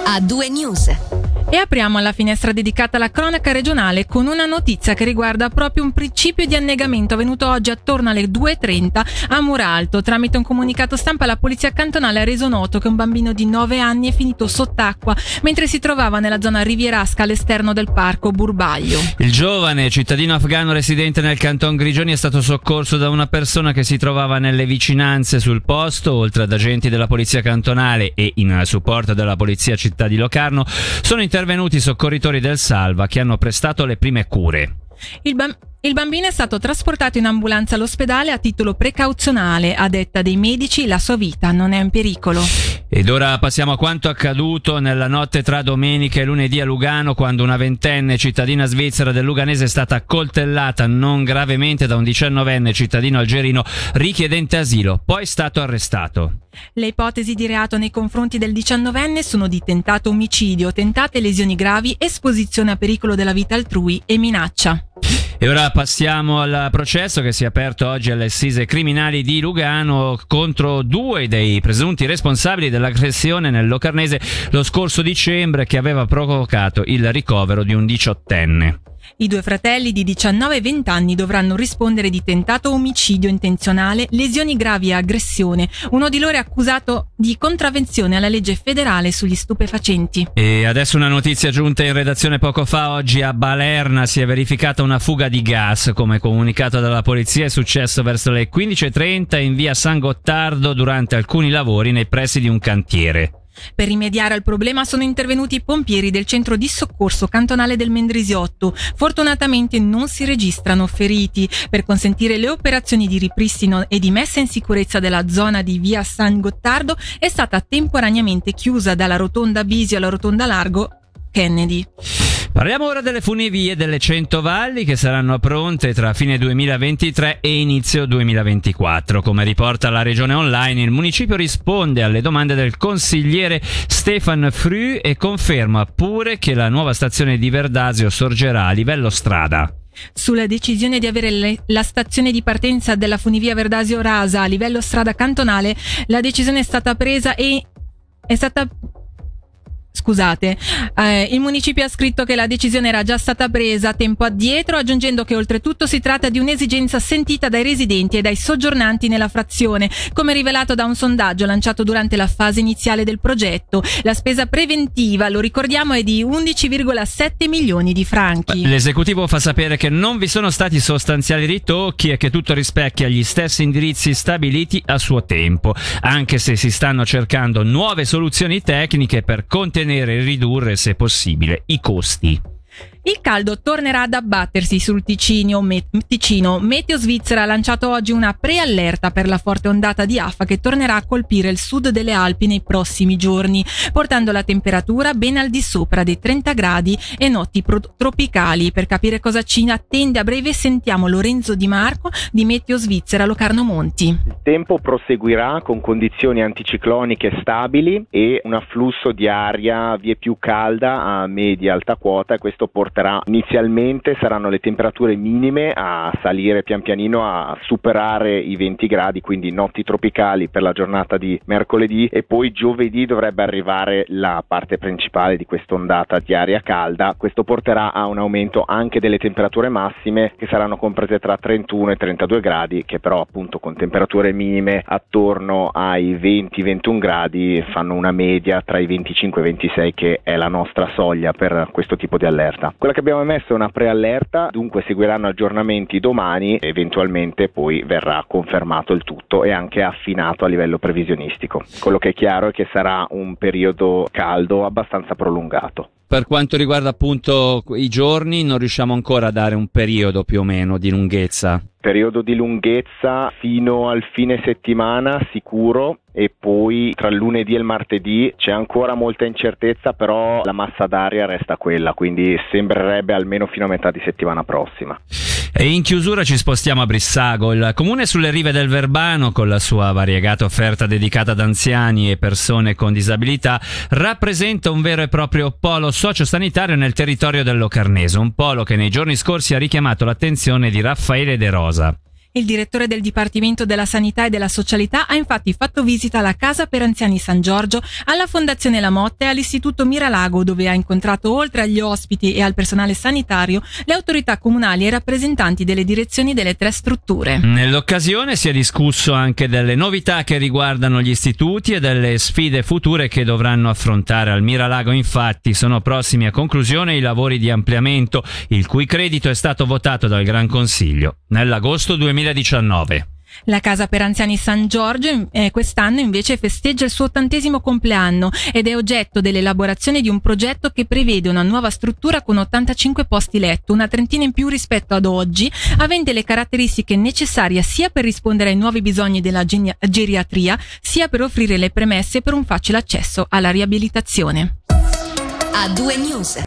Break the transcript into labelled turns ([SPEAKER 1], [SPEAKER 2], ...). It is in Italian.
[SPEAKER 1] A2 News.
[SPEAKER 2] E apriamo la finestra dedicata alla cronaca regionale con una notizia che riguarda proprio un principio di annegamento avvenuto oggi attorno alle 2:30 a Muralto. Tramite un comunicato stampa la polizia cantonale ha reso noto che un bambino di 9 anni è finito sott'acqua mentre si trovava nella zona rivierasca all'esterno del parco Burbaglio.
[SPEAKER 3] Il giovane cittadino afghano residente nel canton Grigioni è stato soccorso da una persona che si trovava nelle vicinanze sul posto. Oltre ad agenti della polizia cantonale e in supporto della polizia città di Locarno sono intervenuti i soccorritori del Salva che hanno prestato le prime cure.
[SPEAKER 2] Il bambino è stato trasportato in ambulanza all'ospedale a titolo precauzionale. A detta dei medici, la sua vita non è in pericolo.
[SPEAKER 3] Ed ora passiamo a quanto accaduto nella notte tra domenica e lunedì a Lugano, quando una ventenne cittadina svizzera del Luganese è stata accoltellata non gravemente da un 19enne cittadino algerino richiedente asilo, poi è stato arrestato.
[SPEAKER 2] Le ipotesi di reato nei confronti del 19enne sono di tentato omicidio, tentate lesioni gravi, esposizione a pericolo della vita altrui e minaccia.
[SPEAKER 3] E ora passiamo al processo che si è aperto oggi alle assise criminali di Lugano contro 2 dei presunti responsabili dell'aggressione nel Locarnese lo scorso dicembre che aveva provocato il ricovero di un 18enne.
[SPEAKER 2] I 2 fratelli di 19 e 20 anni dovranno rispondere di tentato omicidio intenzionale, lesioni gravi e aggressione. Uno di loro è accusato di contravvenzione alla legge federale sugli stupefacenti.
[SPEAKER 3] E adesso una notizia giunta in redazione poco fa. Oggi a Balerna si è verificata una fuga di gas. Come comunicato dalla polizia è successo verso le 15:30 in via San Gottardo durante alcuni lavori nei pressi di un cantiere.
[SPEAKER 2] Per rimediare al problema sono intervenuti i pompieri del centro di soccorso cantonale del Mendrisiotto. Fortunatamente non si registrano feriti. Per consentire le operazioni di ripristino e di messa in sicurezza della zona di via San Gottardo è stata temporaneamente chiusa dalla rotonda Bisio alla rotonda Largo Kennedy.
[SPEAKER 3] Parliamo ora delle funivie delle Centovalli che saranno pronte tra fine 2023 e inizio 2024. Come riporta la Regione Online, il municipio risponde alle domande del consigliere Stefan Fru e conferma pure che la nuova stazione di Verdasio sorgerà a livello strada.
[SPEAKER 2] Sulla decisione di avere la stazione di partenza della funivia Verdasio Rasa a livello strada cantonale, la decisione è stata presa il municipio ha scritto che la decisione era già stata presa tempo addietro, aggiungendo che oltretutto si tratta di un'esigenza sentita dai residenti e dai soggiornanti nella frazione, come rivelato da un sondaggio lanciato durante la fase iniziale del progetto. La spesa preventiva, lo ricordiamo, è di 11,7 milioni di franchi.
[SPEAKER 3] L'esecutivo fa sapere che non vi sono stati sostanziali ritocchi e che tutto rispecchia gli stessi indirizzi stabiliti a suo tempo, anche se si stanno cercando nuove soluzioni tecniche per contenere e ridurre, se possibile, i costi.
[SPEAKER 2] Il caldo tornerà ad abbattersi sul Ticino. Meteo Svizzera ha lanciato oggi una preallerta per la forte ondata di afa che tornerà a colpire il sud delle Alpi nei prossimi giorni, portando la temperatura ben al di sopra dei 30 gradi e noti tropicali. Per capire cosa ci attende a breve sentiamo Lorenzo Di Marco di Meteo Svizzera Locarno Monti.
[SPEAKER 4] Il tempo proseguirà con condizioni anticicloniche stabili e un afflusso di aria vie più calda a media alta quota, e questo porterà inizialmente saranno le temperature minime a salire pian pianino a superare i 20 gradi, quindi notti tropicali per la giornata di mercoledì, e poi giovedì dovrebbe arrivare la parte principale di questa ondata di aria calda. Questo porterà a un aumento anche delle temperature massime che saranno comprese tra 31 e 32 gradi, che però appunto con temperature minime attorno ai 20-21 gradi fanno una media tra i 25 e i 26, che è la nostra soglia per questo tipo di allerta. Quella che abbiamo emesso è una preallerta, dunque seguiranno aggiornamenti domani, eventualmente poi verrà confermato il tutto e anche affinato a livello previsionistico. Quello che è chiaro è che sarà un periodo caldo abbastanza prolungato.
[SPEAKER 3] Per quanto riguarda appunto i giorni, non riusciamo ancora a dare un periodo più o meno di lunghezza.
[SPEAKER 4] Periodo di lunghezza fino al fine settimana sicuro, e poi tra il lunedì e il martedì c'è ancora molta incertezza, però la massa d'aria resta quella, quindi sembrerebbe almeno fino a metà di settimana prossima.
[SPEAKER 3] E in chiusura ci spostiamo a Brissago. Il comune sulle rive del Verbano, con la sua variegata offerta dedicata ad anziani e persone con disabilità, rappresenta un vero e proprio polo sociosanitario nel territorio del Locarnese, un polo che nei giorni scorsi ha richiamato l'attenzione di Raffaele De Rosa.
[SPEAKER 2] Il direttore del Dipartimento della Sanità e della Socialità ha infatti fatto visita alla Casa per Anziani San Giorgio, alla Fondazione La Motta e all'Istituto Miralago, dove ha incontrato oltre agli ospiti e al personale sanitario le autorità comunali e rappresentanti delle direzioni delle 3 strutture.
[SPEAKER 3] Nell'occasione si è discusso anche delle novità che riguardano gli istituti e delle sfide future che dovranno affrontare. Al Miralago infatti sono prossimi a conclusione i lavori di ampliamento, il cui credito è stato votato dal Gran Consiglio nell'agosto 2019.
[SPEAKER 2] La Casa per Anziani San Giorgio quest'anno invece festeggia il suo 80° compleanno ed è oggetto dell'elaborazione di un progetto che prevede una nuova struttura con 85 posti letto, una trentina in più rispetto ad oggi, avente le caratteristiche necessarie sia per rispondere ai nuovi bisogni della geriatria, sia per offrire le premesse per un facile accesso alla riabilitazione.
[SPEAKER 1] A2 News.